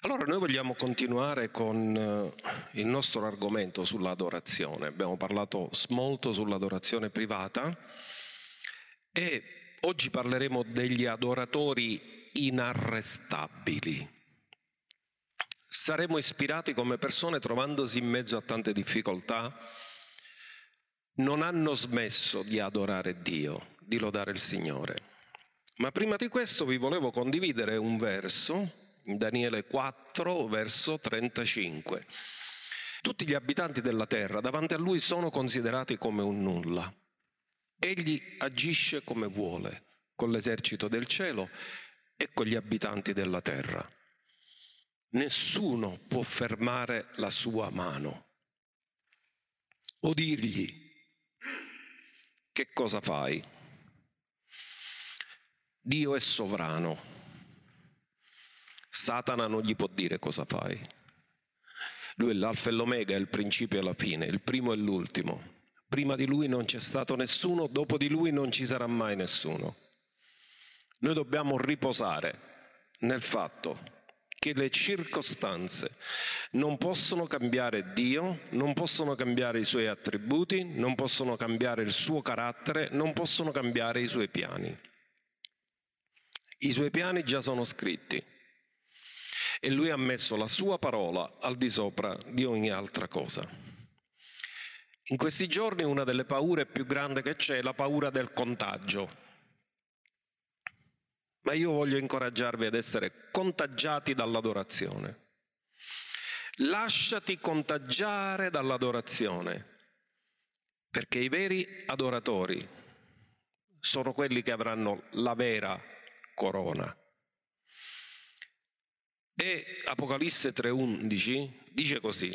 Allora, noi vogliamo continuare con il nostro argomento sull'adorazione. Abbiamo parlato molto sull'adorazione privata e oggi parleremo degli adoratori inarrestabili. Saremo ispirati come persone trovandosi in mezzo a tante difficoltà. Non hanno smesso di adorare Dio, di lodare il Signore. Ma prima di questo vi volevo condividere un verso, in Daniele 4, verso 35. Tutti gli abitanti della terra davanti a Lui sono considerati come un nulla. Egli agisce come vuole, con l'esercito del cielo e con gli abitanti della terra. Nessuno può fermare la sua mano o dirgli: che cosa fai? Dio è sovrano. Satana non gli può dire cosa fai. Lui è l'alfa e l'omega, è il principio e la fine, il primo e l'ultimo. Prima di lui non c'è stato nessuno, dopo di lui non ci sarà mai nessuno. Noi dobbiamo riposare nel fatto che le circostanze non possono cambiare Dio, non possono cambiare i suoi attributi, non possono cambiare il suo carattere, non possono cambiare i suoi piani. I suoi piani già sono scritti e Lui ha messo la sua parola al di sopra di ogni altra cosa. In questi giorni una delle paure più grandi che c'è è la paura del contagio. Ma io voglio incoraggiarvi ad essere contagiati dall'adorazione. Lasciati contagiare dall'adorazione, perché i veri adoratori sono quelli che avranno la vera corona. E Apocalisse 3,11 dice così: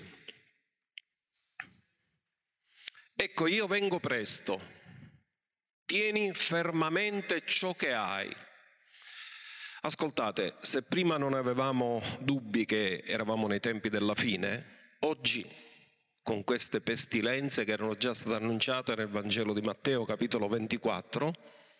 ecco, io vengo presto, tieni fermamente ciò che hai. Ascoltate, se prima non avevamo dubbi che eravamo nei tempi della fine, oggi, con queste pestilenze che erano già state annunciate nel Vangelo di Matteo, capitolo 24,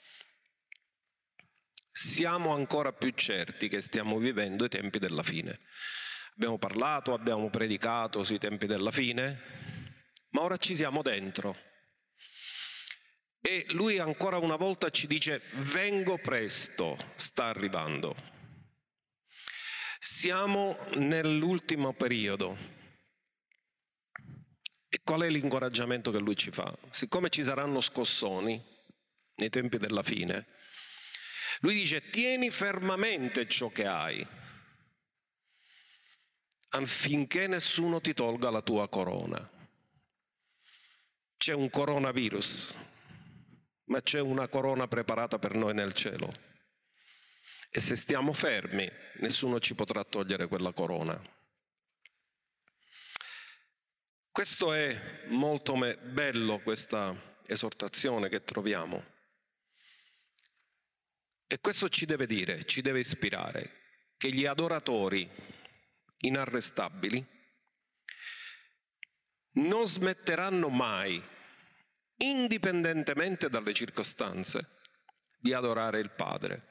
siamo ancora più certi che stiamo vivendo i tempi della fine. Abbiamo parlato, abbiamo predicato sui tempi della fine, ma ora ci siamo dentro. E Lui ancora una volta ci dice: vengo presto, sta arrivando. Siamo nell'ultimo periodo. E qual è l'incoraggiamento che Lui ci fa? Siccome ci saranno scossoni nei tempi della fine, Lui dice: tieni fermamente ciò che hai, affinché nessuno ti tolga la tua corona. C'è un coronavirus, ma c'è una corona preparata per noi nel cielo. E se stiamo fermi, nessuno ci potrà togliere quella corona. Questo è molto bello, questa esortazione che troviamo. E questo ci deve dire, ci deve ispirare, che gli adoratori inarrestabili non smetteranno mai, indipendentemente dalle circostanze, di adorare il Padre.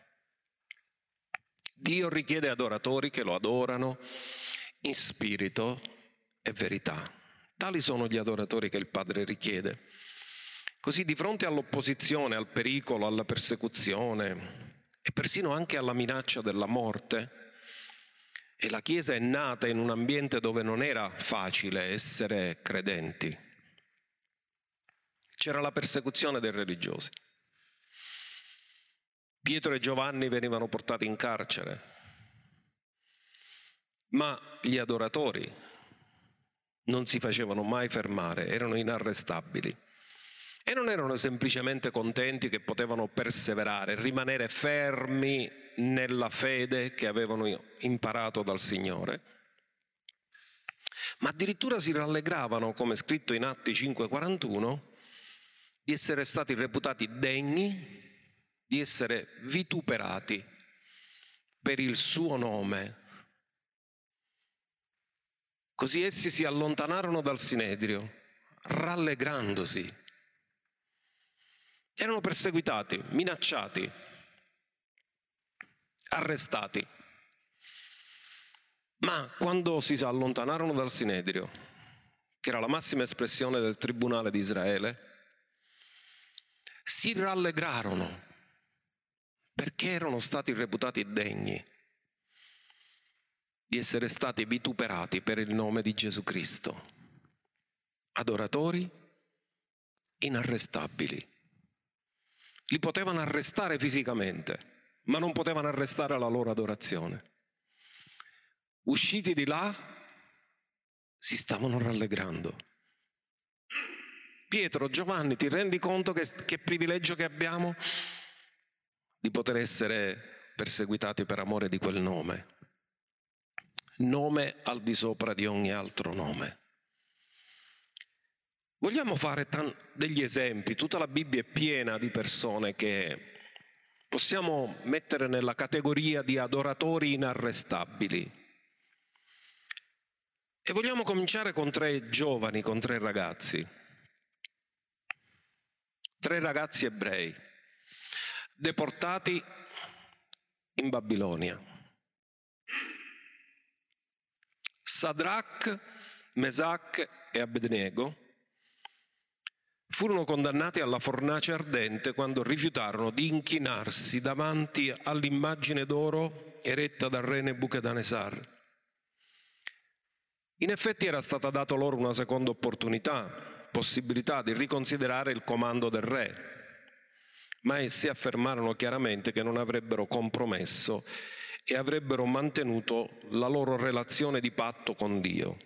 Dio richiede adoratori che lo adorano in spirito e verità. Tali sono gli adoratori che il Padre richiede. Così di fronte all'opposizione, al pericolo, alla persecuzione e persino anche alla minaccia della morte, e la Chiesa è nata in un ambiente dove non era facile essere credenti. C'era la persecuzione dei religiosi. Pietro e Giovanni venivano portati in carcere, ma gli adoratori non si facevano mai fermare, erano inarrestabili. E non erano semplicemente contenti che potevano perseverare, rimanere fermi nella fede che avevano imparato dal Signore, ma addirittura si rallegravano, come è scritto in Atti 5,41, di essere stati reputati degni di essere vituperati per il suo nome. Così essi si allontanarono dal Sinedrio, rallegrandosi. Erano perseguitati, minacciati, arrestati. Ma quando si allontanarono dal Sinedrio, che era la massima espressione del tribunale di Israele, si rallegrarono perché erano stati reputati degni di essere stati vituperati per il nome di Gesù Cristo. Adoratori inarrestabili. Li potevano arrestare fisicamente, ma non potevano arrestare la loro adorazione. Usciti di là, si stavano rallegrando. Pietro, Giovanni, ti rendi conto che privilegio che abbiamo di poter essere perseguitati per amore di quel nome? Nome al di sopra di ogni altro nome. Vogliamo fare degli esempi. Tutta la Bibbia è piena di persone che possiamo mettere nella categoria di adoratori inarrestabili. E vogliamo cominciare con 3 giovani, con 3 ragazzi. 3 ragazzi ebrei, deportati in Babilonia. Sadrach, Mesach e Abednego furono condannati alla fornace ardente quando rifiutarono di inchinarsi davanti all'immagine d'oro eretta dal re Nebuchadnezzar. In effetti era stata data loro una seconda possibilità di riconsiderare il comando del re, ma essi affermarono chiaramente che non avrebbero compromesso e avrebbero mantenuto la loro relazione di patto con Dio,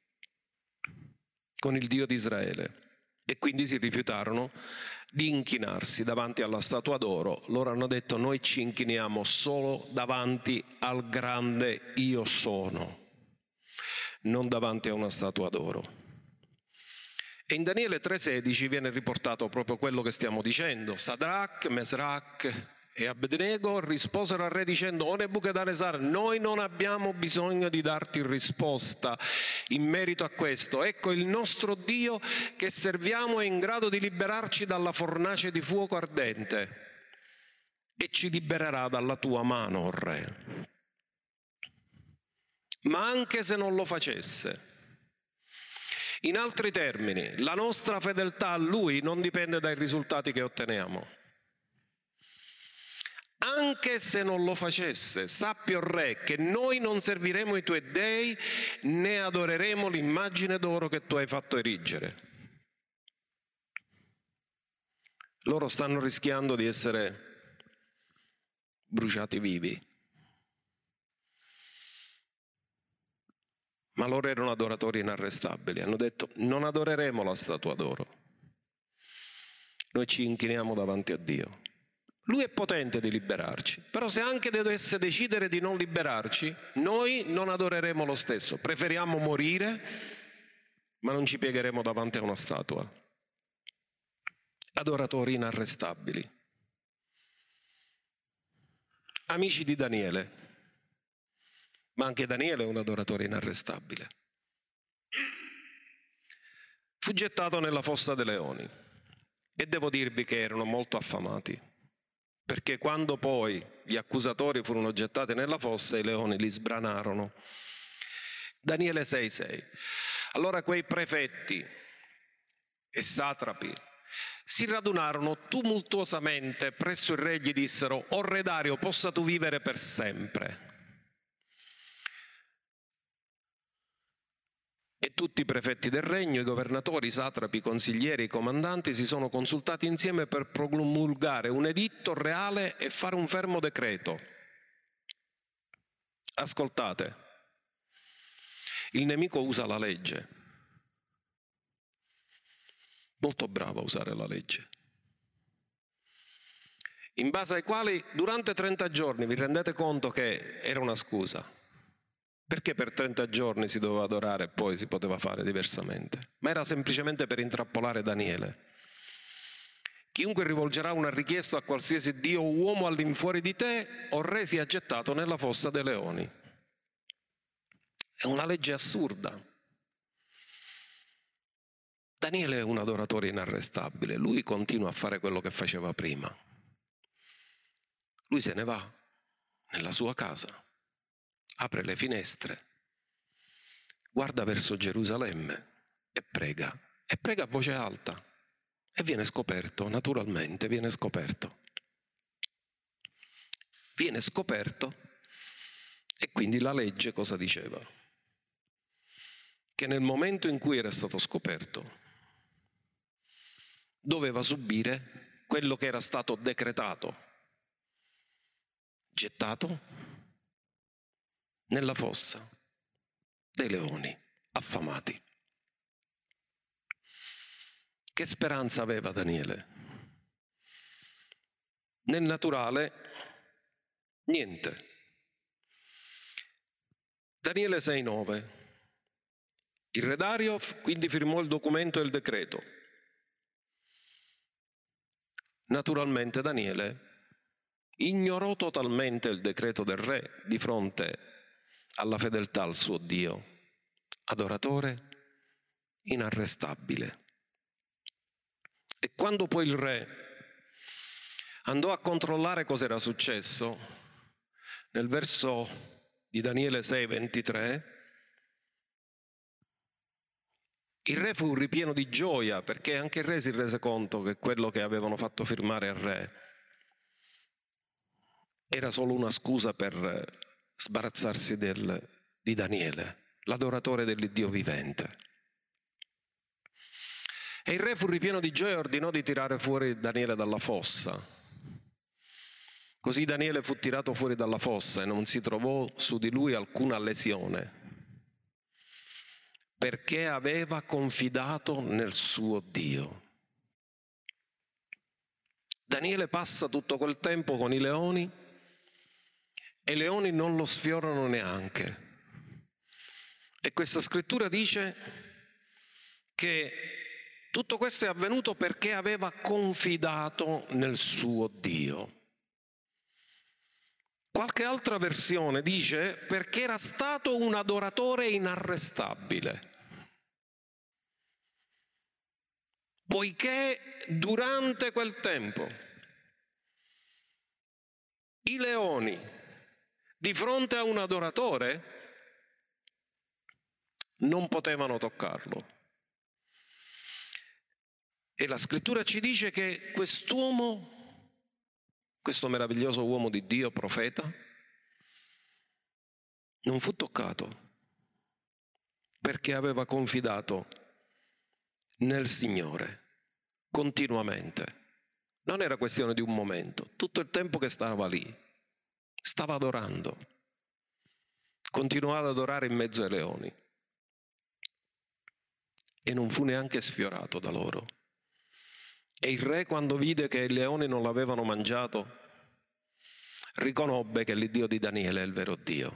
con il Dio di Israele, e quindi si rifiutarono di inchinarsi davanti alla statua d'oro. Loro hanno detto: noi ci inchiniamo solo davanti al grande Io sono, non davanti a una statua d'oro. E in Daniele 3,16 viene riportato proprio quello che stiamo dicendo. Sadrach, Mesrach e Abednego risposero al re dicendo: o Nebuchadnezzar, noi non abbiamo bisogno di darti risposta in merito a questo. Ecco, il nostro Dio che serviamo è in grado di liberarci dalla fornace di fuoco ardente e ci libererà dalla tua mano, o re. Ma anche se non lo facesse, in altri termini, la nostra fedeltà a Lui non dipende dai risultati che otteniamo. Anche se non lo facesse, sappi, o re, che noi non serviremo i tuoi dei né adoreremo l'immagine d'oro che tu hai fatto erigere. Loro stanno rischiando di essere bruciati vivi. Ma loro erano adoratori inarrestabili. Hanno detto: non adoreremo la statua d'oro. Noi ci inchiniamo davanti a Dio. Lui è potente di liberarci, però se anche dovesse decidere di non liberarci, noi non adoreremo lo stesso. Preferiamo morire, ma non ci piegheremo davanti a una statua. Adoratori inarrestabili. Amici di Daniele. Ma anche Daniele è un adoratore inarrestabile. Fu gettato nella fossa dei leoni e devo dirvi che erano molto affamati, perché quando poi gli accusatori furono gettati nella fossa, i leoni li sbranarono. Daniele 6,6. Allora quei prefetti e satrapi si radunarono tumultuosamente presso il re e gli dissero: o re Dario, possa tu vivere per sempre. E tutti i prefetti del regno, i governatori, i satrapi, i consiglieri e i comandanti si sono consultati insieme per promulgare un editto reale e fare un fermo decreto. Ascoltate, il nemico usa la legge, molto bravo a usare la legge, in base ai quali durante 30 giorni, vi rendete conto che era una scusa? Perché per 30 giorni si doveva adorare e poi si poteva fare diversamente? Ma era semplicemente per intrappolare Daniele. Chiunque rivolgerà una richiesta a qualsiasi dio o uomo all'infuori di te, o re, sia gettato nella fossa dei leoni. È una legge assurda. Daniele è un adoratore inarrestabile. Lui continua a fare quello che faceva prima. Lui se ne va nella sua casa, apre le finestre guarda verso Gerusalemme e prega a voce alta e viene scoperto, naturalmente viene scoperto. Viene scoperto e quindi la legge cosa diceva? Che nel momento in cui era stato scoperto doveva subire quello che era stato decretato, gettato nella fossa dei leoni affamati. Che speranza aveva Daniele? Nel naturale, niente. Daniele 6,9. Il re Dario quindi firmò il documento e il decreto. Naturalmente Daniele ignorò totalmente il decreto del re di fronte alla fedeltà al suo Dio, adoratore inarrestabile. E quando poi il re andò a controllare cosa era successo, nel verso di Daniele 6,23, il re fu ripieno di gioia perché anche il re si rese conto che quello che avevano fatto firmare al re era solo una scusa per sbarazzarsi di Daniele, l'adoratore dell'Iddio vivente. E il re fu ripieno di gioia e ordinò di tirare fuori Daniele dalla fossa. Così Daniele fu tirato fuori dalla fossa e non si trovò su di lui alcuna lesione, perché aveva confidato nel suo Dio. Daniele passa tutto quel tempo con i leoni e i leoni non lo sfiorano neanche. E questa scrittura dice che tutto questo è avvenuto perché aveva confidato nel suo Dio. Qualche altra versione dice perché era stato un adoratore inarrestabile. Poiché durante quel tempo i leoni di fronte a un adoratore non potevano toccarlo. E la scrittura ci dice che quest'uomo, questo meraviglioso uomo di Dio, profeta, non fu toccato perché aveva confidato nel Signore continuamente. Non era questione di un momento, tutto il tempo che stava lì, stava adorando, continuò ad adorare in mezzo ai leoni e non fu neanche sfiorato da loro. E il re, quando vide che i leoni non l'avevano mangiato, riconobbe che l'Iddio di Daniele è il vero Dio.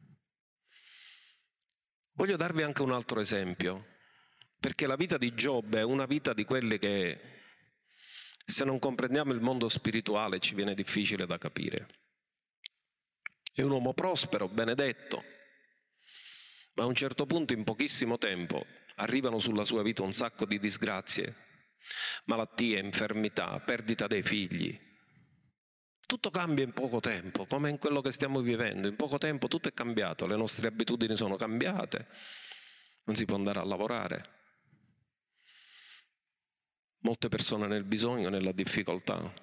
Voglio darvi anche un altro esempio, perché la vita di Giobbe è una vita di quelle che, se non comprendiamo il mondo spirituale, ci viene difficile da capire. È un uomo prospero, benedetto, ma a un certo punto, in pochissimo tempo, arrivano sulla sua vita un sacco di disgrazie, malattie, infermità, perdita dei figli. Tutto cambia in poco tempo, come in quello che stiamo vivendo. In poco tempo tutto è cambiato, le nostre abitudini sono cambiate, non si può andare a lavorare. Molte persone nel bisogno, nella difficoltà.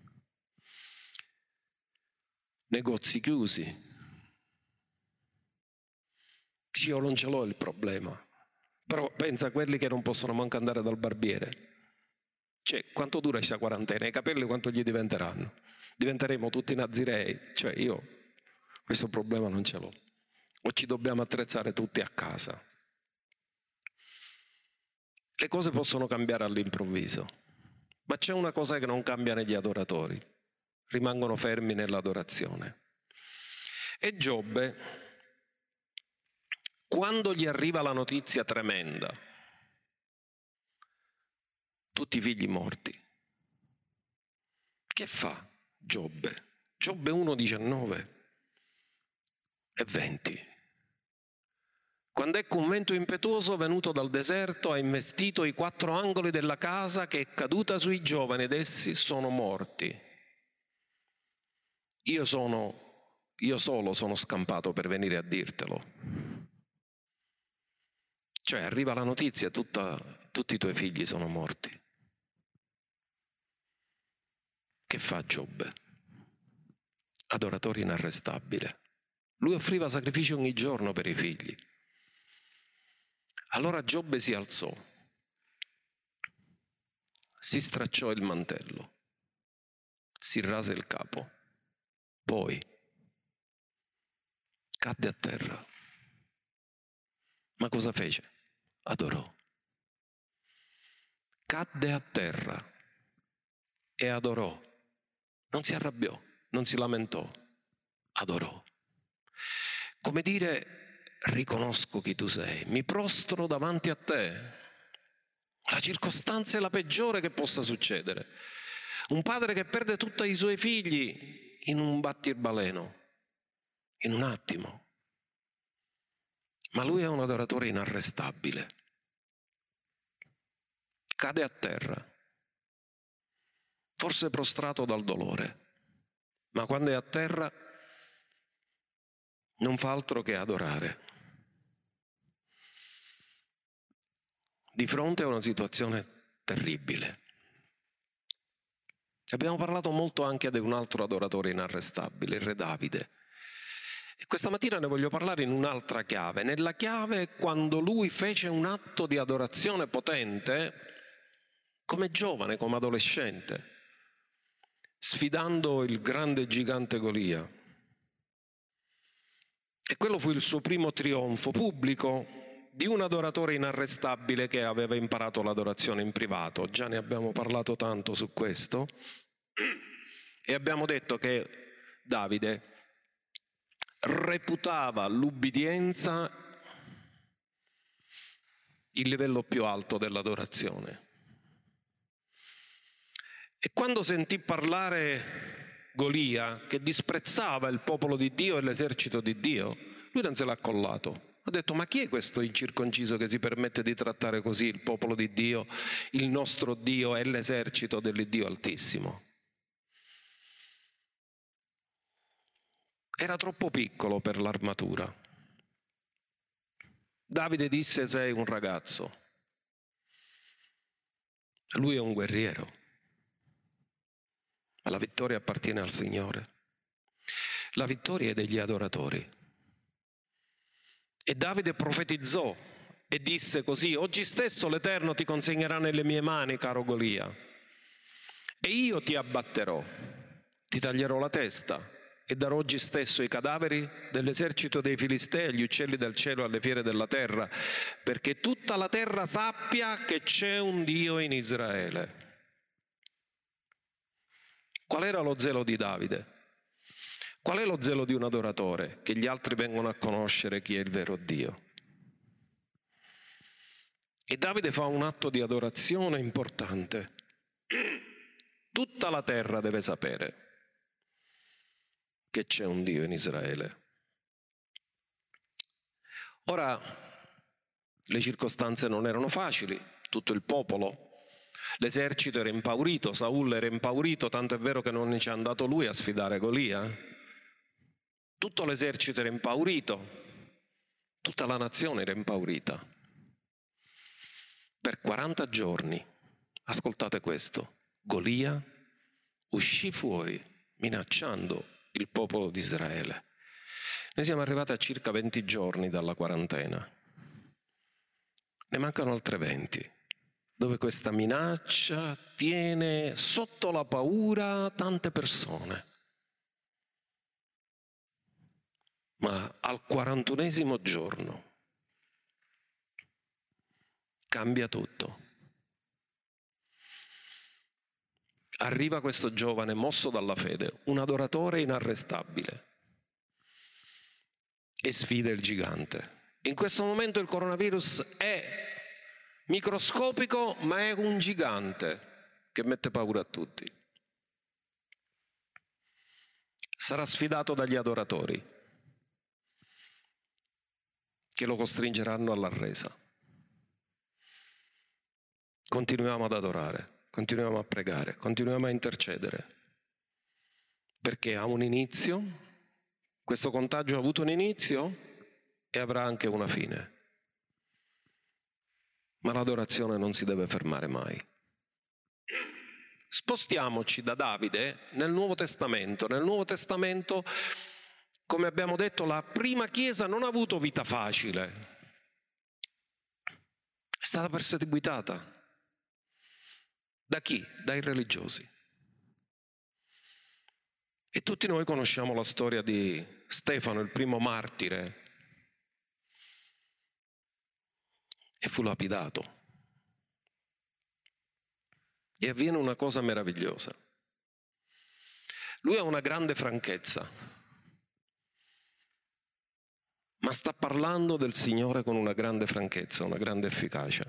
Negozi chiusi. Dici, io non ce l'ho il problema. Però pensa a quelli che non possono manco andare dal barbiere. Cioè, quanto dura questa quarantena? I capelli quanto gli diventeranno? Diventeremo tutti nazirei? Cioè, io questo problema non ce l'ho. O ci dobbiamo attrezzare tutti a casa? Le cose possono cambiare all'improvviso, ma c'è una cosa che non cambia negli adoratori. Rimangono fermi nell'adorazione. E Giobbe, quando gli arriva la notizia tremenda, tutti i figli morti, che fa Giobbe? Giobbe 1, 19 e 20. Quando ecco un vento impetuoso venuto dal deserto ha investito i 4 angoli della casa, che è caduta sui giovani ed essi sono morti. Io solo sono scampato per venire a dirtelo. Cioè arriva la notizia, tutti i tuoi figli sono morti. Che fa Giobbe? Adoratore inarrestabile. Lui offriva sacrifici ogni giorno per i figli. Allora Giobbe si alzò, si stracciò il mantello, si rase il capo, poi cadde a terra. Ma cosa fece? Adorò. Cadde a terra e adorò. Non si arrabbiò, non si lamentò, adorò. Come dire, riconosco chi tu sei, mi prostro davanti a te. La circostanza è la peggiore che possa succedere. Un padre che perde tutti i suoi figli in un battirbaleno, in un attimo. Ma lui è un adoratore inarrestabile. Cade a terra, forse prostrato dal dolore, ma quando è a terra non fa altro che adorare. Di fronte a una situazione terribile. Abbiamo parlato molto anche di un altro adoratore inarrestabile, il re Davide. E questa mattina ne voglio parlare in un'altra chiave, nella chiave quando lui fece un atto di adorazione potente come giovane, come adolescente, sfidando il grande gigante Golia. E quello fu il suo primo trionfo pubblico di un adoratore inarrestabile che aveva imparato l'adorazione in privato. Già ne abbiamo parlato tanto su questo e abbiamo detto che Davide reputava l'ubbidienza il livello più alto dell'adorazione. E quando sentì parlare Golia, che disprezzava il popolo di Dio e l'esercito di Dio, lui non se l'ha accollato. Ha detto, ma chi è questo incirconciso che si permette di trattare così il popolo di Dio, il nostro Dio e l'esercito dell'Iddio Altissimo? Era troppo piccolo per l'armatura. Davide disse, sei un ragazzo. Lui è un guerriero. Ma la vittoria appartiene al Signore. La vittoria è degli adoratori. E Davide profetizzò e disse così, oggi stesso l'Eterno ti consegnerà nelle mie mani, caro Golia, e io ti abbatterò, ti taglierò la testa e darò oggi stesso i cadaveri dell'esercito dei Filistei agli uccelli del cielo e alle fiere della terra, perché tutta la terra sappia che c'è un Dio in Israele. Qual era lo zelo di Davide? Qual è lo zelo di un adoratore? Che gli altri vengono a conoscere chi è il vero Dio. E Davide fa un atto di adorazione importante. Tutta la terra deve sapere che c'è un Dio in Israele. Ora, le circostanze non erano facili, tutto il popolo, l'esercito era impaurito, Saul era impaurito, tanto è vero che non ci è andato lui a sfidare Golia. Tutto l'esercito era impaurito, tutta la nazione era impaurita. Per 40 giorni, ascoltate questo, Golia uscì fuori minacciando il popolo di Israele. Noi siamo arrivati a circa 20 giorni dalla quarantena. Ne mancano altre 20, dove questa minaccia tiene sotto la paura tante persone. Ma al 41esimo giorno cambia tutto. Arriva questo giovane mosso dalla fede, un adoratore inarrestabile, e sfida il gigante. In questo momento il coronavirus è microscopico, ma è un gigante che mette paura a tutti. Sarà sfidato dagli adoratori, che lo costringeranno alla resa. Continuiamo ad adorare, continuiamo a pregare, continuiamo a intercedere, perché ha un inizio, questo contagio ha avuto un inizio e avrà anche una fine. ma l'adorazione non si deve fermare mai. Spostiamoci da Davide nel Nuovo Testamento. Nel Nuovo Testamento, come abbiamo detto, la prima Chiesa non ha avuto vita facile. È stata perseguitata. Da chi? Dai religiosi. E tutti noi conosciamo la storia di Stefano, il primo martire, e fu lapidato. E avviene una cosa meravigliosa. Lui ha una grande franchezza, ma sta parlando del Signore con una grande franchezza, una grande efficacia.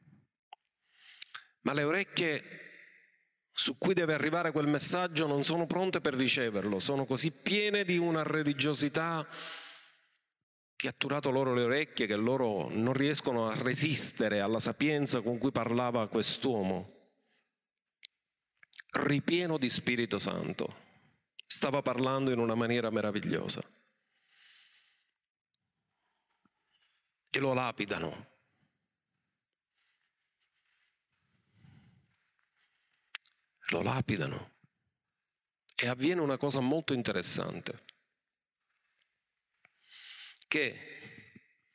Ma le orecchie su cui deve arrivare quel messaggio non sono pronte per riceverlo, sono così piene di una religiosità che ha turato loro le orecchie, che loro non riescono a resistere alla sapienza con cui parlava quest'uomo, ripieno di Spirito Santo. Stava parlando in una maniera meravigliosa. E lo lapidano. Lo lapidano. E avviene una cosa molto interessante, che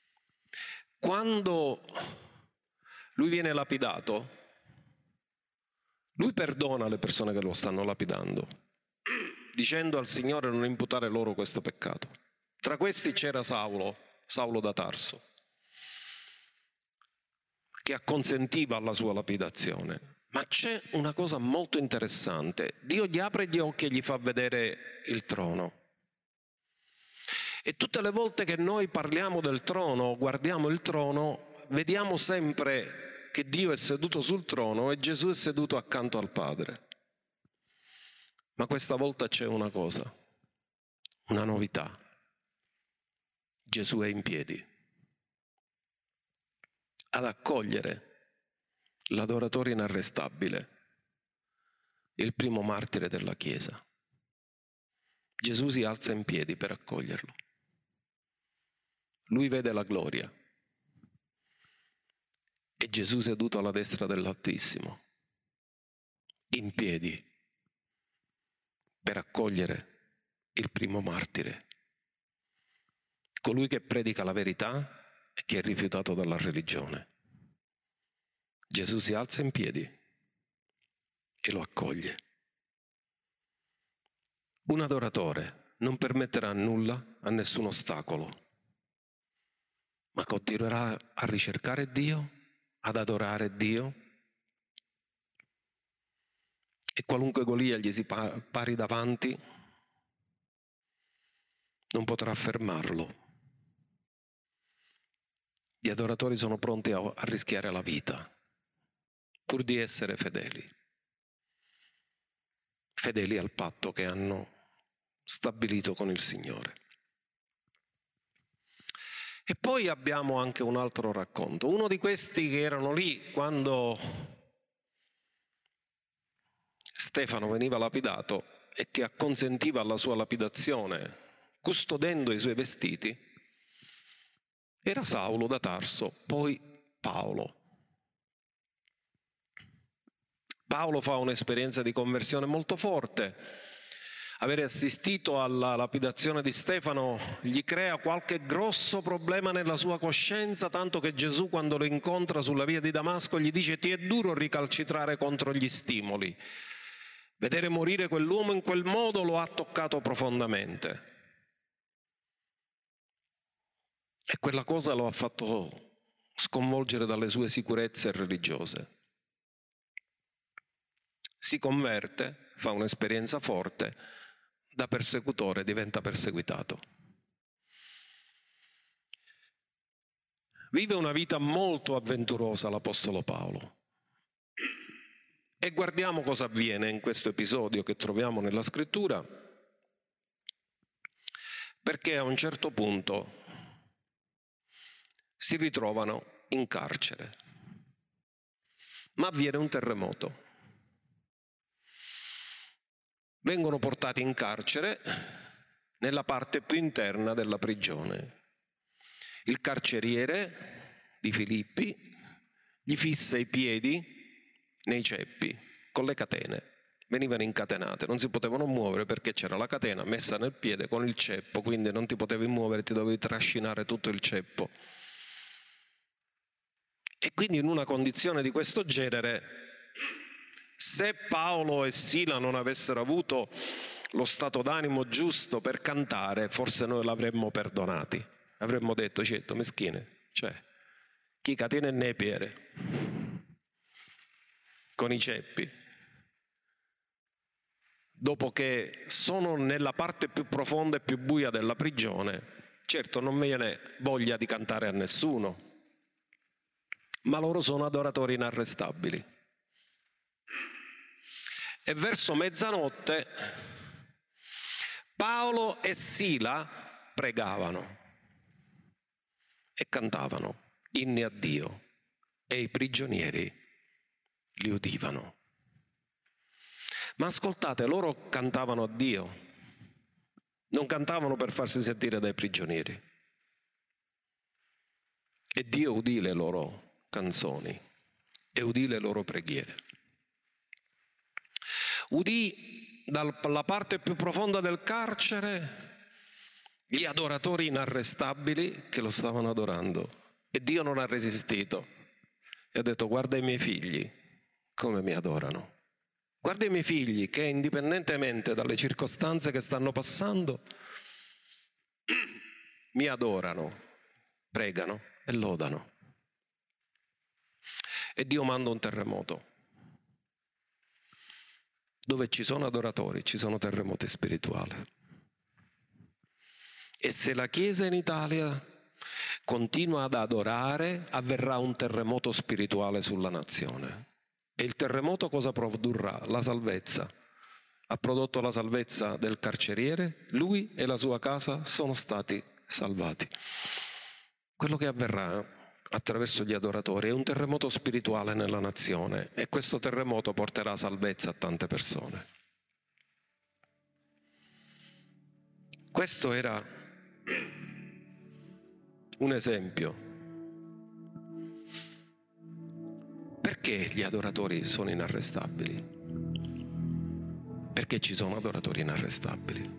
quando lui viene lapidato, lui perdona le persone che lo stanno lapidando, dicendo al Signore non imputare loro questo peccato. Tra questi c'era Saulo da Tarso, che acconsentiva alla sua lapidazione. Ma c'è una cosa molto interessante. Dio gli apre gli occhi e gli fa vedere il trono. E tutte le volte che noi parliamo del trono, guardiamo il trono, vediamo sempre che Dio è seduto sul trono e Gesù è seduto accanto al Padre. Ma questa volta c'è una cosa, una novità. Gesù è in piedi ad accogliere l'adoratore inarrestabile, il primo martire della Chiesa. Gesù si alza in piedi per accoglierlo. Lui vede la gloria. E Gesù seduto alla destra dell'Altissimo, in piedi, per accogliere il primo martire, colui che predica la verità e che è rifiutato dalla religione. Gesù si alza in piedi e lo accoglie. Un adoratore non permetterà nulla a nessun ostacolo, ma continuerà a ricercare Dio, ad adorare Dio, e qualunque Golia gli si pari davanti non potrà fermarlo. Gli adoratori sono pronti a rischiare la vita pur di essere fedeli al patto che hanno stabilito con il Signore. E poi abbiamo anche un altro racconto. Uno di questi che erano lì quando Stefano veniva lapidato e che acconsentiva alla sua lapidazione, custodendo i suoi vestiti, era Saulo da Tarso, poi Paolo. Paolo fa un'esperienza di conversione molto forte. Avere assistito alla lapidazione di Stefano gli crea qualche grosso problema nella sua coscienza, tanto che Gesù, quando lo incontra sulla via di Damasco, gli dice: ti è duro ricalcitrare contro gli stimoli. Vedere morire quell'uomo in quel modo lo ha toccato profondamente. E quella cosa lo ha fatto sconvolgere dalle sue sicurezze religiose. Si converte, fa un'esperienza forte, da persecutore diventa perseguitato. Vive una vita molto avventurosa l'Apostolo Paolo. E guardiamo cosa avviene in questo episodio che troviamo nella Scrittura, perché a un certo punto si ritrovano in carcere, ma avviene un terremoto. Vengono portati in carcere nella parte più interna della prigione. Il carceriere di Filippi gli fissa i piedi nei ceppi con le catene. Venivano incatenate, non si potevano muovere perché c'era la catena messa nel piede con il ceppo, quindi non ti potevi muovere, ti dovevi trascinare tutto il ceppo. E quindi in una condizione di questo genere, se Paolo e Sila non avessero avuto lo stato d'animo giusto per cantare, forse noi l'avremmo perdonati. Avremmo detto, certo, meschine, cioè, chi catena nei piedi, con i ceppi, dopo che sono nella parte più profonda e più buia della prigione, certo non viene voglia di cantare a nessuno, ma loro sono adoratori inarrestabili. E verso mezzanotte Paolo e Sila pregavano e cantavano inni a Dio e i prigionieri li udivano. Ma ascoltate, loro cantavano a Dio, non cantavano per farsi sentire dai prigionieri. E Dio udì le loro canzoni e udì le loro preghiere. Udì dalla parte più profonda del carcere gli adoratori inarrestabili che lo stavano adorando. E Dio non ha resistito e ha detto: guarda i miei figli come mi adorano. Guarda i miei figli che indipendentemente dalle circostanze che stanno passando mi adorano, pregano e lodano. E Dio manda un terremoto. Dove ci sono adoratori ci sono terremoti spirituali. E se la Chiesa in Italia continua ad adorare, avverrà un terremoto spirituale sulla nazione. E il terremoto cosa produrrà? La salvezza. Ha prodotto la salvezza del carceriere, lui e la sua casa sono stati salvati. Quello che avverrà attraverso gli adoratori è un terremoto spirituale nella nazione, e questo terremoto porterà salvezza a tante persone. Questo era un esempio. Perché gli adoratori sono inarrestabili? Perché ci sono adoratori inarrestabili?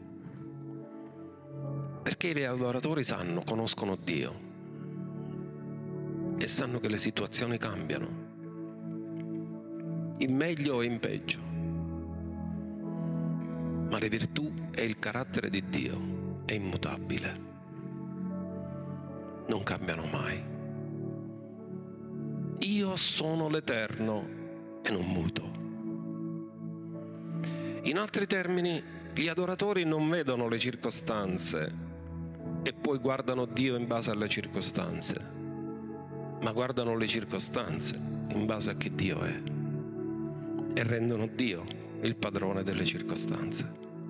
Perché gli adoratori conoscono Dio e sanno che le situazioni cambiano, in meglio o in peggio, ma le virtù e il carattere di Dio è immutabile, non cambiano mai. Io sono l'Eterno e non muto. In altri termini, gli adoratori non vedono le circostanze e poi guardano Dio in base alle circostanze, ma guardano le circostanze in base a chi Dio è e rendono Dio il padrone delle circostanze.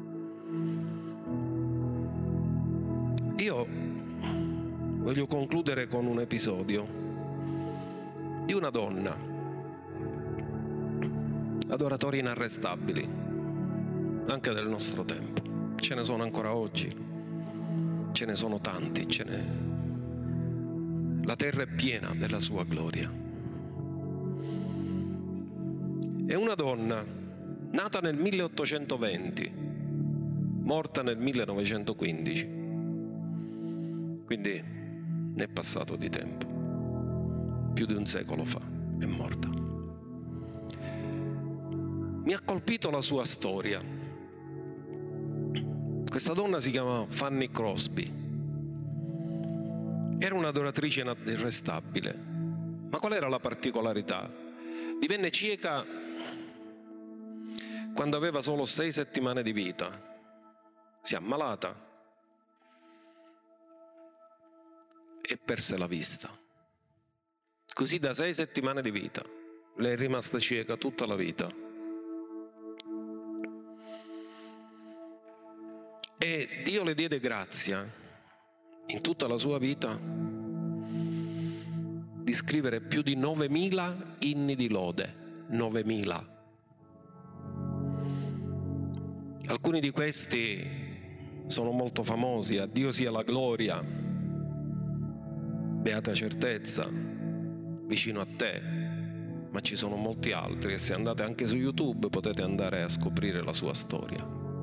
Io voglio concludere con un episodio di una donna, adoratori inarrestabili, anche del nostro tempo. Ce ne sono ancora oggi, ce ne sono tanti, la terra è piena della sua gloria. È una donna nata nel 1820, morta nel 1915, quindi ne è passato di tempo. Più di un secolo fa è morta. Mi ha colpito la sua storia. Questa donna si chiama Fanny Crosby. Era un'adoratrice inarrestabile. Ma qual era la particolarità? Divenne cieca quando aveva solo 6 settimane di vita. Si è ammalata e perse la vista. Così da 6 settimane di vita lei è rimasta cieca tutta la vita. E Dio le diede grazia in tutta la sua vita di scrivere più di 9.000 inni di lode. 9.000. Alcuni di questi sono molto famosi: a Dio sia la gloria, beata certezza, vicino a te, ma ci sono molti altri e se andate anche su YouTube potete andare a scoprire la sua storia.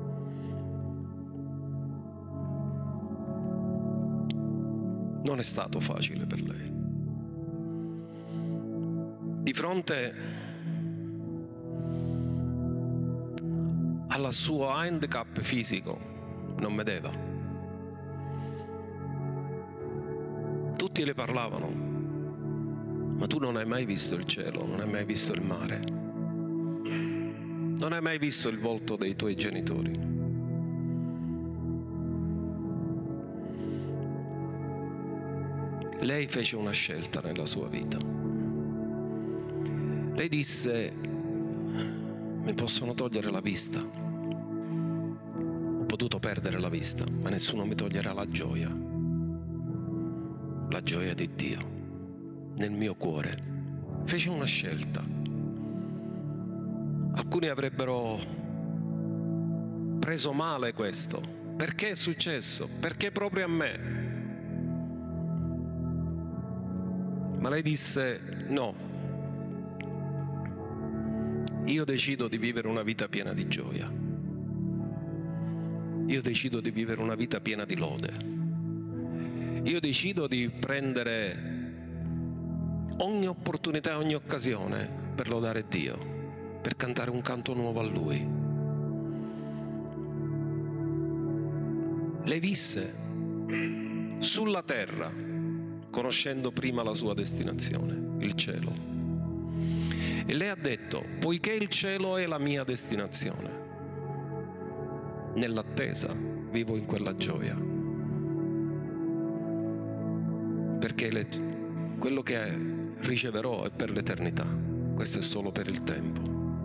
Non è stato facile per lei. Di fronte al suo handicap fisico non vedeva. Tutti le parlavano: ma tu non hai mai visto il cielo, non hai mai visto il mare, non hai mai visto il volto dei tuoi genitori. Lei fece una scelta nella sua vita. Lei disse: mi possono togliere la vista, ho potuto perdere la vista, ma nessuno mi toglierà la gioia di Dio nel mio cuore. Fece una scelta. Alcuni avrebbero preso male questo. Perché è successo? Perché proprio a me? Ma lei disse: no, io decido di vivere una vita piena di gioia. Io decido di vivere una vita piena di lode. Io decido di prendere ogni opportunità, ogni occasione per lodare Dio, per cantare un canto nuovo a Lui. Lei visse sulla terra, conoscendo prima la sua destinazione, il cielo. E lei ha detto: poiché il cielo è la mia destinazione, nell'attesa vivo in quella gioia, perché quello che riceverò è per l'eternità, questo è solo per il tempo.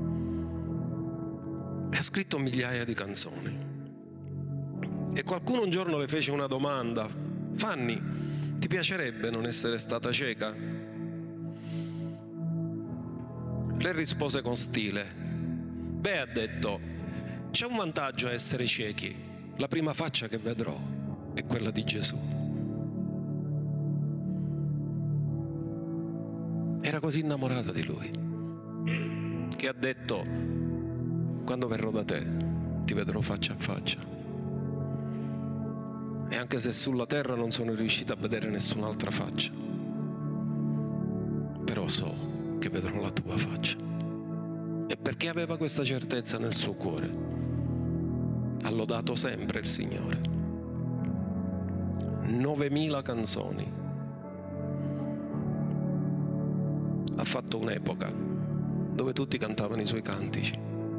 E ha scritto migliaia di canzoni. E qualcuno un giorno le fece una domanda: Fanny, ti piacerebbe non essere stata cieca? Lei rispose con stile: beh, ha detto, c'è un vantaggio a essere ciechi, la prima faccia che vedrò è quella di Gesù. Era così innamorata di Lui che ha detto: quando verrò da te ti vedrò faccia a faccia, e anche se sulla terra non sono riuscita a vedere nessun'altra faccia, però so che vedrò la tua faccia. E perché aveva questa certezza nel suo cuore, ha lodato sempre il Signore. 9.000 canzoni. Ha fatto un'epoca dove tutti cantavano i suoi cantici.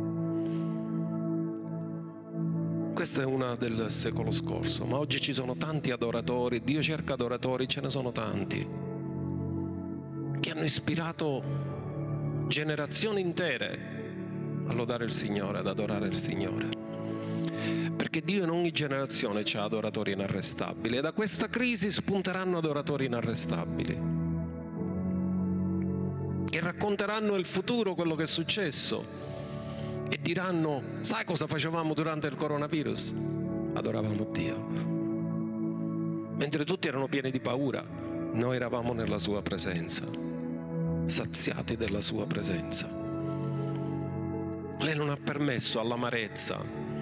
Questa è una del secolo scorso, ma oggi ci sono tanti adoratori, Dio cerca adoratori, ce ne sono tanti, che hanno ispirato generazioni intere a lodare il Signore, ad adorare il Signore. Perché Dio in ogni generazione c'ha adoratori inarrestabili, e da questa crisi spunteranno adoratori inarrestabili, che racconteranno il futuro, quello che è successo, e diranno: sai cosa facevamo durante il coronavirus? Adoravamo Dio. Mentre tutti erano pieni di paura, noi eravamo nella sua presenza, saziati della sua presenza. Lei non ha permesso all'amarezza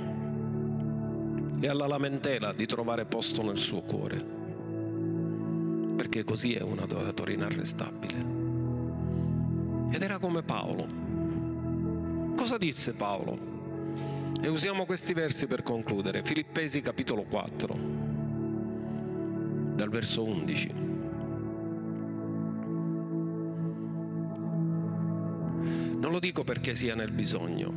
e alla lamentela di trovare posto nel suo cuore, perché così è un adoratore inarrestabile. Ed era come Paolo. Cosa disse Paolo? E usiamo questi versi per concludere. Filippesi capitolo 4, dal verso 11. Non lo dico perché sia nel bisogno,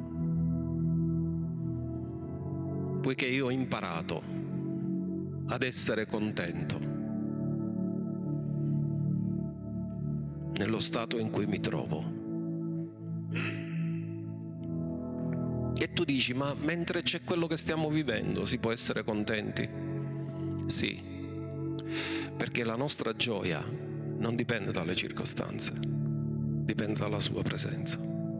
poiché io ho imparato ad essere contento nello stato in cui mi trovo. E tu dici: ma mentre c'è quello che stiamo vivendo si può essere contenti? Sì, perché la nostra gioia non dipende dalle circostanze, dipende dalla sua presenza.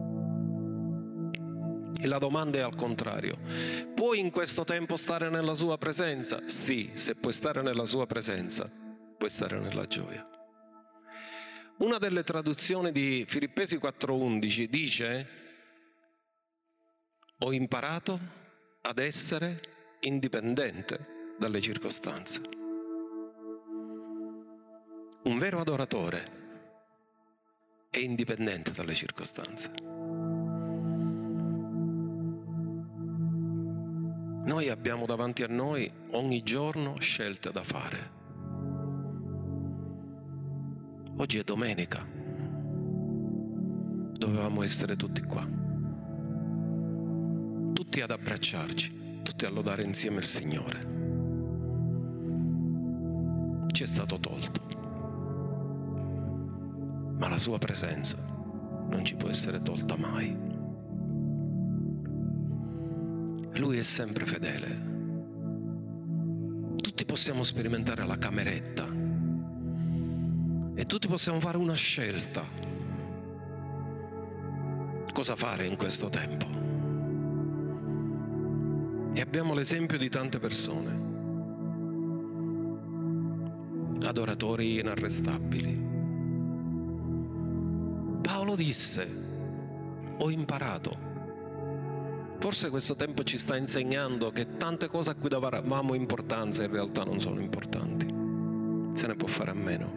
E la domanda è al contrario: puoi in questo tempo stare nella sua presenza? Sì, se puoi stare nella sua presenza, puoi stare nella gioia. Una delle traduzioni di Filippesi 4:11 dice: ho imparato ad essere indipendente dalle circostanze. Un vero adoratore è indipendente dalle circostanze. Noi abbiamo davanti a noi ogni giorno scelte da fare. Oggi è domenica, dovevamo essere tutti qua, tutti ad abbracciarci, tutti a lodare insieme il Signore. Ci è stato tolto, ma la sua presenza non ci può essere tolta mai. Lui è sempre fedele. Tutti possiamo sperimentare la cameretta e tutti possiamo fare una scelta. Cosa fare in questo tempo? E abbiamo l'esempio di tante persone, adoratori inarrestabili. Paolo disse: ho imparato. Forse questo tempo ci sta insegnando che tante cose a cui davamo importanza in realtà non sono importanti. Se ne può fare a meno.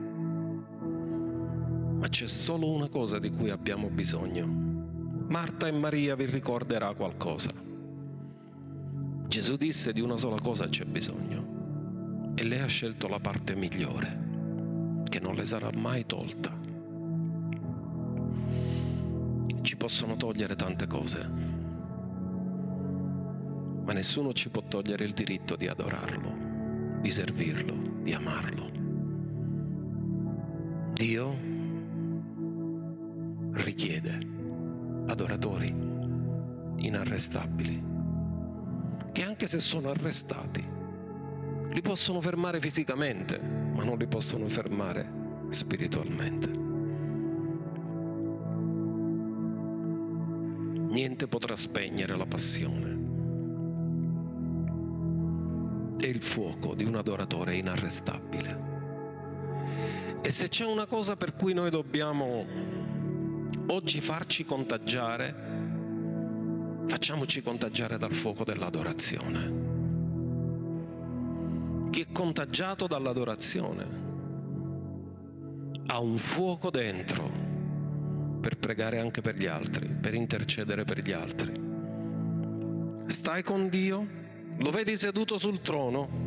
Ma c'è solo una cosa di cui abbiamo bisogno. Marta e Maria vi ricorderà qualcosa. Gesù disse: di una sola cosa c'è bisogno, e lei ha scelto la parte migliore, che non le sarà mai tolta. Ci possono togliere tante cose, ma nessuno ci può togliere il diritto di adorarlo, di servirlo, di amarlo. Dio richiede adoratori inarrestabili, che anche se sono arrestati, li possono fermare fisicamente, ma non li possono fermare spiritualmente. Niente potrà spegnere la passione e il fuoco di un adoratore inarrestabile. E se c'è una cosa per cui noi dobbiamo oggi farci contagiare, facciamoci contagiare dal fuoco dell'adorazione. Chi è contagiato dall'adorazione ha un fuoco dentro per pregare anche per gli altri, per intercedere per gli altri. Stai con Dio? Lo vedi seduto sul trono?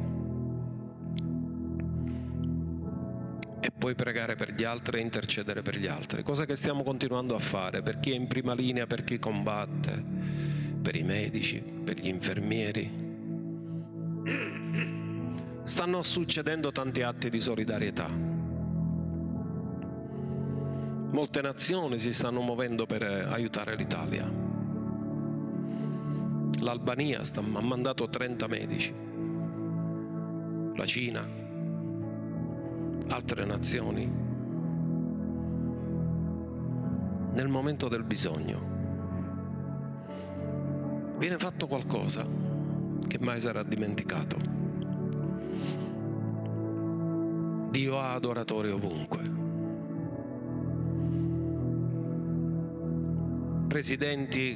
E puoi pregare per gli altri e intercedere per gli altri, cosa che stiamo continuando a fare per chi è in prima linea, per chi combatte, per i medici, per gli infermieri. Stanno succedendo tanti atti di solidarietà. Molte nazioni si stanno muovendo per aiutare l'Italia. L'Albania ha mandato 30 medici, la Cina, altre nazioni. Nel momento del bisogno viene fatto qualcosa che mai sarà dimenticato. Dio ha adoratori ovunque. Presidenti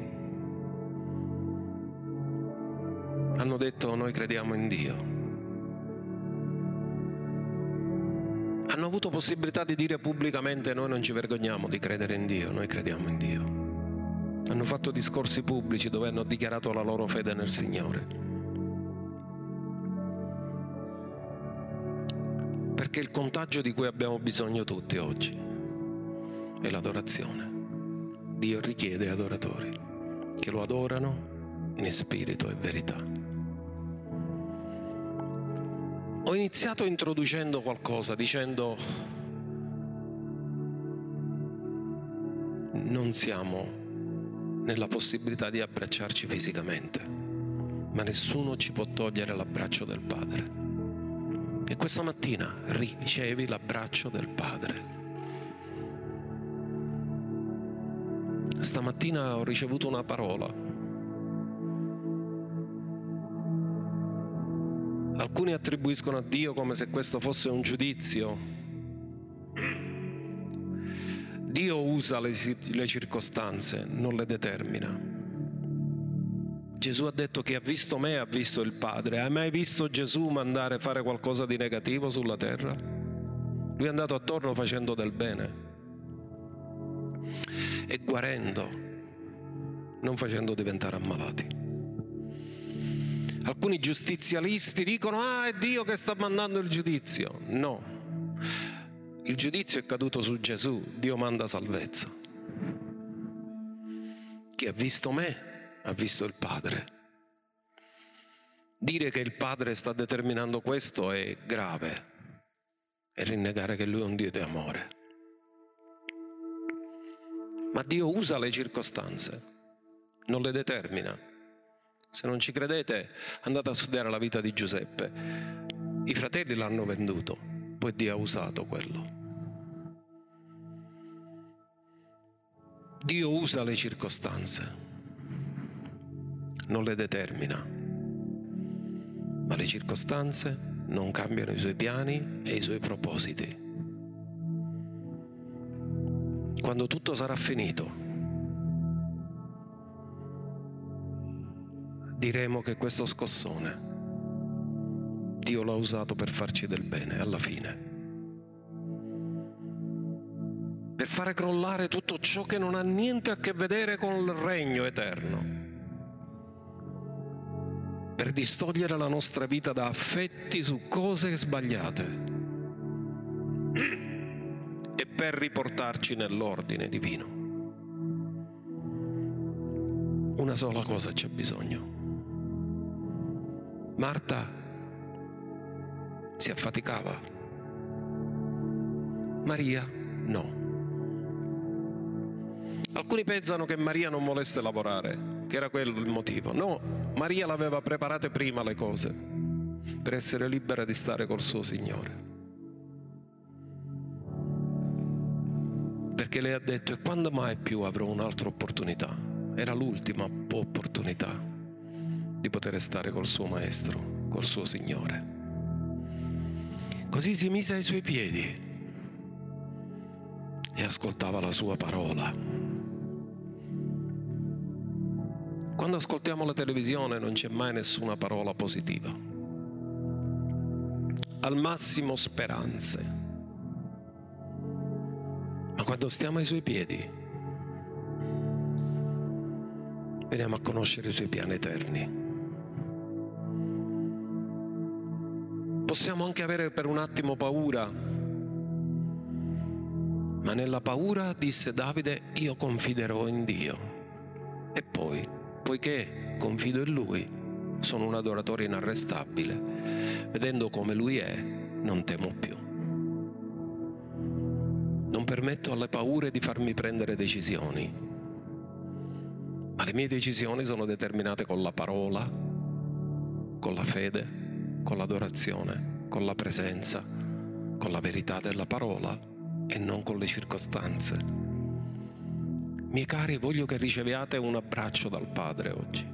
hanno detto: noi crediamo in Dio. Hanno avuto possibilità di dire pubblicamente: noi non ci vergogniamo di credere in Dio, noi crediamo in Dio. Hanno fatto discorsi pubblici dove hanno dichiarato la loro fede nel Signore. Perché il contagio di cui abbiamo bisogno tutti oggi è l'adorazione. Dio richiede adoratori che lo adorano in spirito e verità. Ho iniziato introducendo qualcosa dicendo: non siamo nella possibilità di abbracciarci fisicamente, ma nessuno ci può togliere l'abbraccio del Padre. E questa mattina ricevi l'abbraccio del Padre. Stamattina ho ricevuto una parola. Alcuni attribuiscono a Dio come se questo fosse un giudizio. Dio usa le circostanze, non le determina. Gesù ha detto: chi ha visto me ha visto il Padre. Hai mai visto Gesù mandare a fare qualcosa di negativo sulla terra? Lui è andato attorno facendo del bene e guarendo, non facendo diventare ammalati. Alcuni giustizialisti dicono: è Dio che sta mandando il giudizio. No, il giudizio è caduto su Gesù, Dio manda salvezza. Chi ha visto me ha visto il Padre. Dire che il Padre sta determinando questo è grave, è rinnegare che Lui è un Dio di amore. Ma Dio usa le circostanze, non le determina. Se non ci credete, andate a studiare la vita di Giuseppe. I fratelli l'hanno venduto, poi Dio ha usato quello. Dio usa le circostanze, non le determina, ma le circostanze non cambiano i Suoi piani e i Suoi propositi. Quando tutto sarà finito, diremo che questo scossone Dio l'ha usato per farci del bene alla fine, per fare crollare tutto ciò che non ha niente a che vedere con il regno eterno, per distogliere la nostra vita da affetti su cose sbagliate e per riportarci nell'ordine divino. Una sola cosa c'è bisogno. Marta si affaticava, Maria no. Alcuni pensano che Maria non volesse lavorare, che era quello il motivo. No, Maria l'aveva preparate prima le cose per essere libera di stare col suo Signore. Perché lei ha detto: e quando mai più avrò un'altra opportunità? Era l'ultima opportunità di poter stare col suo Maestro, col suo Signore. Così si mise ai Suoi piedi e ascoltava la Sua parola. Quando ascoltiamo la televisione non c'è mai nessuna parola positiva, al massimo speranze, ma quando stiamo ai Suoi piedi veniamo a conoscere i Suoi piani eterni. Possiamo anche avere per un attimo paura, ma nella paura, disse Davide, io confiderò in Dio. E poi, poiché confido in Lui, sono un adoratore inarrestabile, vedendo come Lui è, non temo più. Non permetto alle paure di farmi prendere decisioni, ma le mie decisioni sono determinate con la parola, con la fede, con l'adorazione, con la presenza, con la verità della parola e non con le circostanze. Miei cari, voglio che riceviate un abbraccio dal Padre oggi,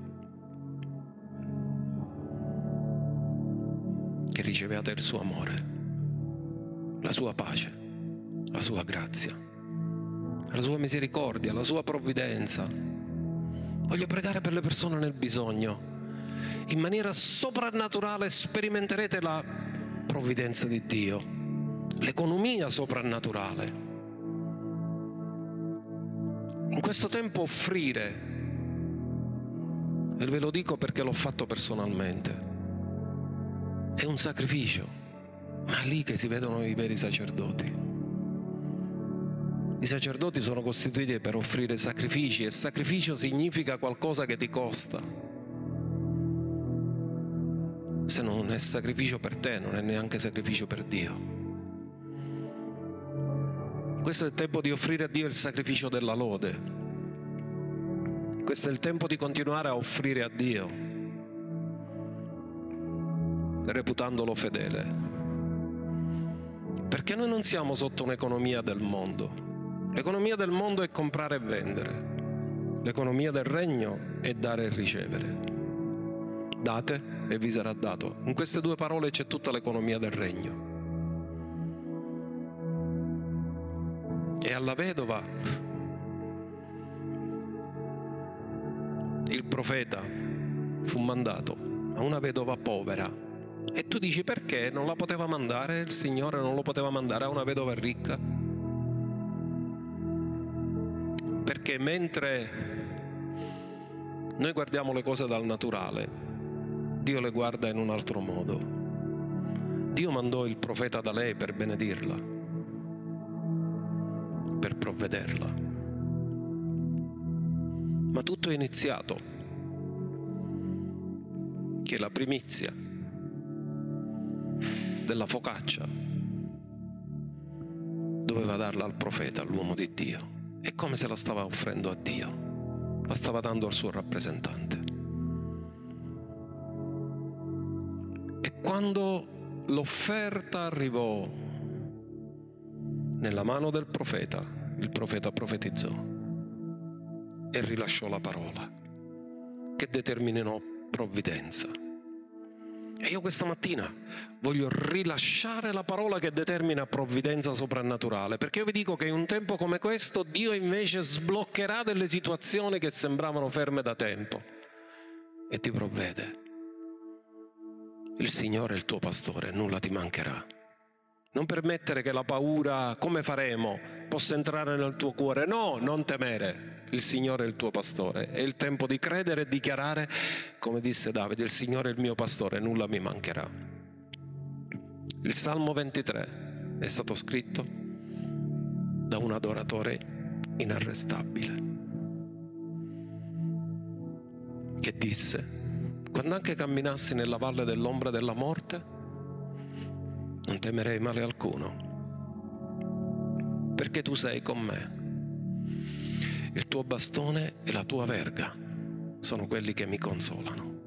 che riceviate il suo amore, la sua pace, la sua grazia, la sua misericordia, la sua provvidenza. Voglio pregare per le persone nel bisogno. In maniera soprannaturale sperimenterete la provvidenza di Dio, l'economia soprannaturale. In questo tempo offrire, e ve lo dico perché l'ho fatto personalmente, è un sacrificio, ma è lì che si vedono i veri sacerdoti. I sacerdoti sono costituiti per offrire sacrifici, e sacrificio significa qualcosa che ti costa. Se non è sacrificio per te, non è neanche sacrificio per Dio. Questo è il tempo di offrire a Dio il sacrificio della lode. Questo è il tempo di continuare a offrire a Dio, reputandolo fedele. Perché noi non siamo sotto un'economia del mondo. L'economia del mondo è comprare e vendere. L'economia del regno è dare e ricevere. Date e vi sarà dato. In queste due parole c'è tutta l'economia del regno. E E alla vedova il profeta fu mandato a una vedova povera. E tu dici: perché non la poteva mandare? Il Signore non lo poteva mandare a una vedova ricca? Perché mentre noi guardiamo le cose dal naturale, Dio le guarda in un altro modo. Dio mandò il profeta da lei per benedirla, per provvederla. Ma tutto è iniziato che la primizia della focaccia doveva darla al profeta, all'uomo di Dio. E come se la stava offrendo a Dio, la stava dando al suo rappresentante. E quando l'offerta arrivò nella mano del profeta, il profeta profetizzò e rilasciò la parola che determinò provvidenza. E io questa mattina voglio rilasciare la parola che determina provvidenza soprannaturale, perché io vi dico che in un tempo come questo Dio invece sbloccherà delle situazioni che sembravano ferme da tempo e ti provvede. Il Signore è il tuo pastore, nulla ti mancherà. Non permettere che la paura, come faremo, possa entrare nel tuo cuore. No, non temere, il Signore è il tuo pastore. È il tempo di credere e dichiarare, come disse Davide: il Signore è il mio pastore, nulla mi mancherà. Il Salmo 23 è stato scritto da un adoratore inarrestabile, che disse: quando anche camminassi nella valle dell'ombra della morte, non temerei male alcuno, perché tu sei con me. Il tuo bastone e la tua verga sono quelli che mi consolano.